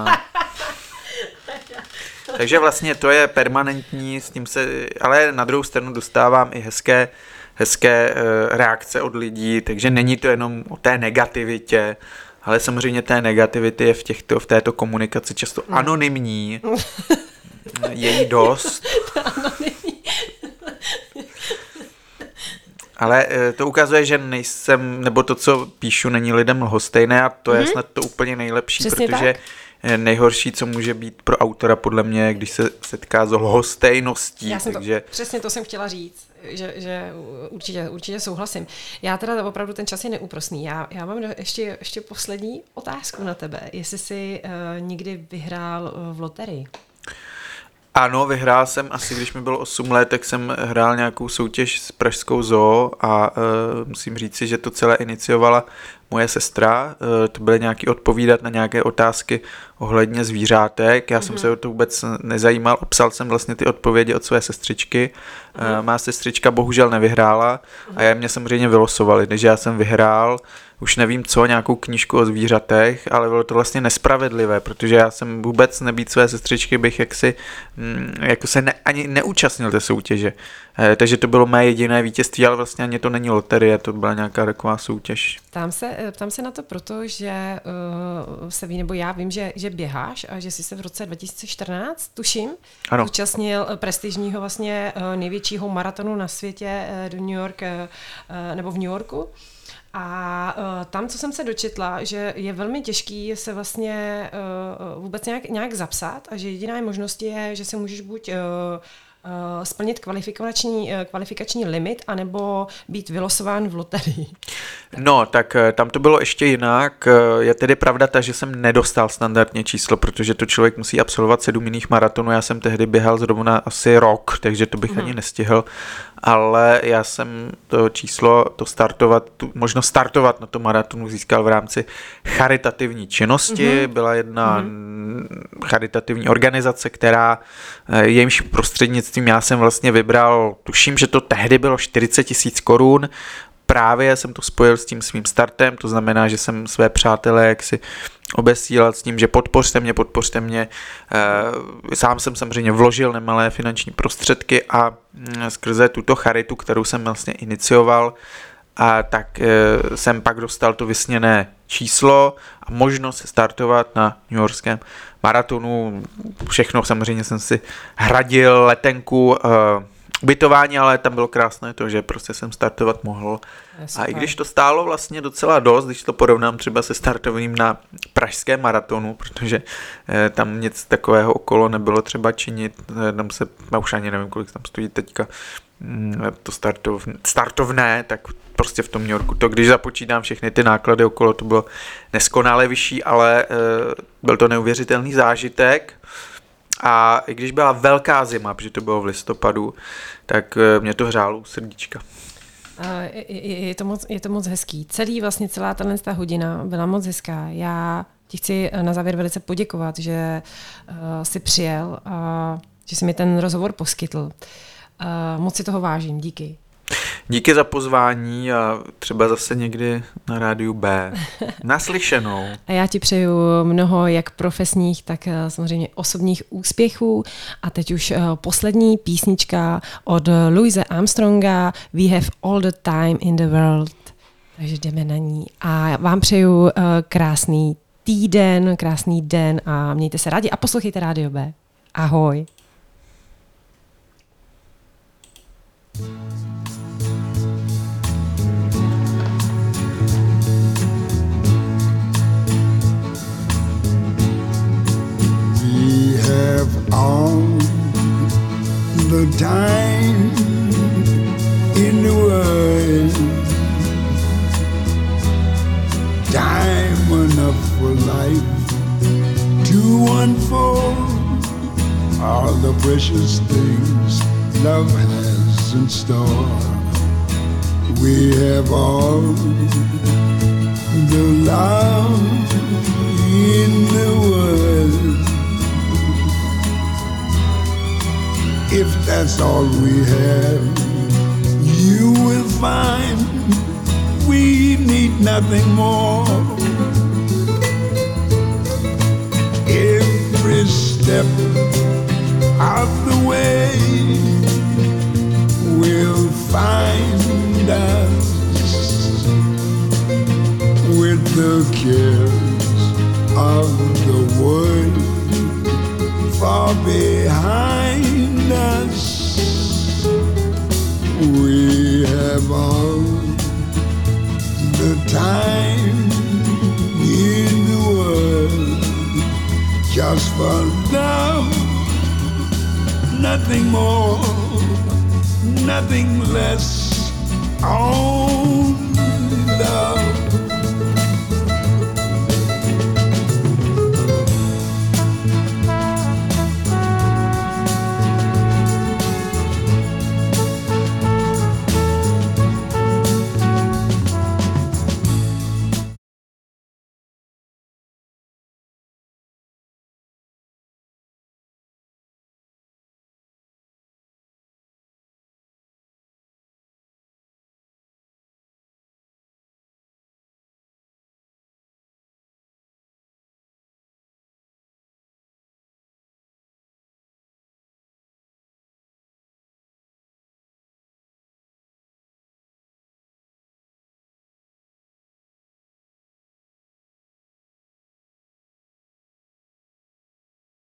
Takže vlastně to je permanentní, s tím ale na druhou stranu dostávám i hezké reakce od lidí, takže není to jenom o té negativitě, ale samozřejmě té negativity je v této komunikaci často anonymní, je jí dost. Ale to ukazuje, že nejsem, nebo to, co píšu, není lidem lhostejné a to je snad to úplně nejlepší, přesně protože nejhorší, co může být pro autora, podle mě, když se setká s lhostejností. Přesně to jsem chtěla říct, že určitě souhlasím. Já teda opravdu ten čas je neúprosný. Já mám ještě poslední otázku na tebe. Jestli jsi někdy vyhrál v loterii? Ano, vyhrál jsem asi, když mi bylo 8 let, tak jsem hrál nějakou soutěž s Pražskou zoo a musím říci, že to celé iniciovala moje sestra. To byly nějaký odpovídat na nějaké otázky ohledně zvířátek. Já jsem se o to vůbec nezajímal. Psal jsem vlastně ty odpovědi od své sestřičky. Má sestřička bohužel nevyhrála a mě samozřejmě vylosovali. Takže já jsem vyhrál, už nevím co, nějakou knížku o zvířatech, ale bylo to vlastně nespravedlivé, protože já jsem vůbec nebýt své sestřičky bych jako se ani neúčastnil té soutěže. Takže to bylo mé jediné vítězství, ale vlastně ani to není loterie, to byla nějaká taková soutěž. Ptám se na to proto, že se ví, nebo já vím, že běháš a že jsi se v roce 2014, tuším, účastnil prestižního vlastně největšího maratonu na světě do New York, nebo v New Yorku. A tam, co jsem se dočetla, že je velmi těžký se vlastně vůbec nějak zapsat a že jediná možnost je, že se můžeš buď splnit kvalifikační limit anebo být vylosován v loterii? No, tak tam to bylo ještě jinak. Je tedy pravda ta, že jsem nedostal standardně číslo, protože to člověk musí absolvovat 7 jiných maratonů. Já jsem tehdy běhal zrovna asi rok, takže to bych ani nestihl. Ale já jsem to číslo, tu možnost startovat na tom maratonu získal v rámci charitativní činnosti. Byla jedna charitativní organizace, která jejímž prostřednictvím já jsem vlastně vybral, tuším, že to tehdy bylo 40 000 korun. Právě jsem to spojil s tím svým startem, to znamená, že jsem své přátelé jaksi obesílal s tím, že podpořte mě. Sám jsem samozřejmě vložil nemalé finanční prostředky a skrze tuto charitu, kterou jsem vlastně inicioval, a tak jsem pak dostal to vysněné číslo a možnost startovat na newyorském maratonu. Všechno samozřejmě jsem si hradil, letenku, ubytování, ale tam bylo krásné to, že prostě jsem startovat mohl. A i když to stálo vlastně docela dost, když to porovnám třeba se startováním na pražském maratonu, protože tam nic takového okolo nebylo třeba činit, tam se, já už ani nevím, kolik tam stojí teďka to startovné, tak prostě v tom New Yorku. To, když započítám všechny ty náklady okolo, to bylo neskonale vyšší, ale byl to neuvěřitelný zážitek. A i když byla velká zima, protože to bylo v listopadu, tak mě to hřálo u srdíčka. Je to moc hezký. Celá tato hodina byla moc hezká. Já ti chci na závěr velice poděkovat, že jsi přijel a že jsi mi ten rozhovor poskytl. Moc si toho vážím. Díky. Díky za pozvání a třeba zase někdy na rádiu B. Naslyšenou. A já ti přeju mnoho jak profesních, tak samozřejmě osobních úspěchů. A teď už poslední písnička od Louise Armstronga We have all the time in the world. Takže jdeme na ní. A vám přeju krásný týden, krásný den a mějte se rádi a poslouchejte rádio B. Ahoj. We have all the time in the world, time enough for life to unfold all the precious things love has in store. We have all the love in the world. If that's all we have, you will find we need nothing more. Every step of the way will find us with the cares of the world far behind us. We have all the time in the world just for love, nothing more, nothing less. Oh,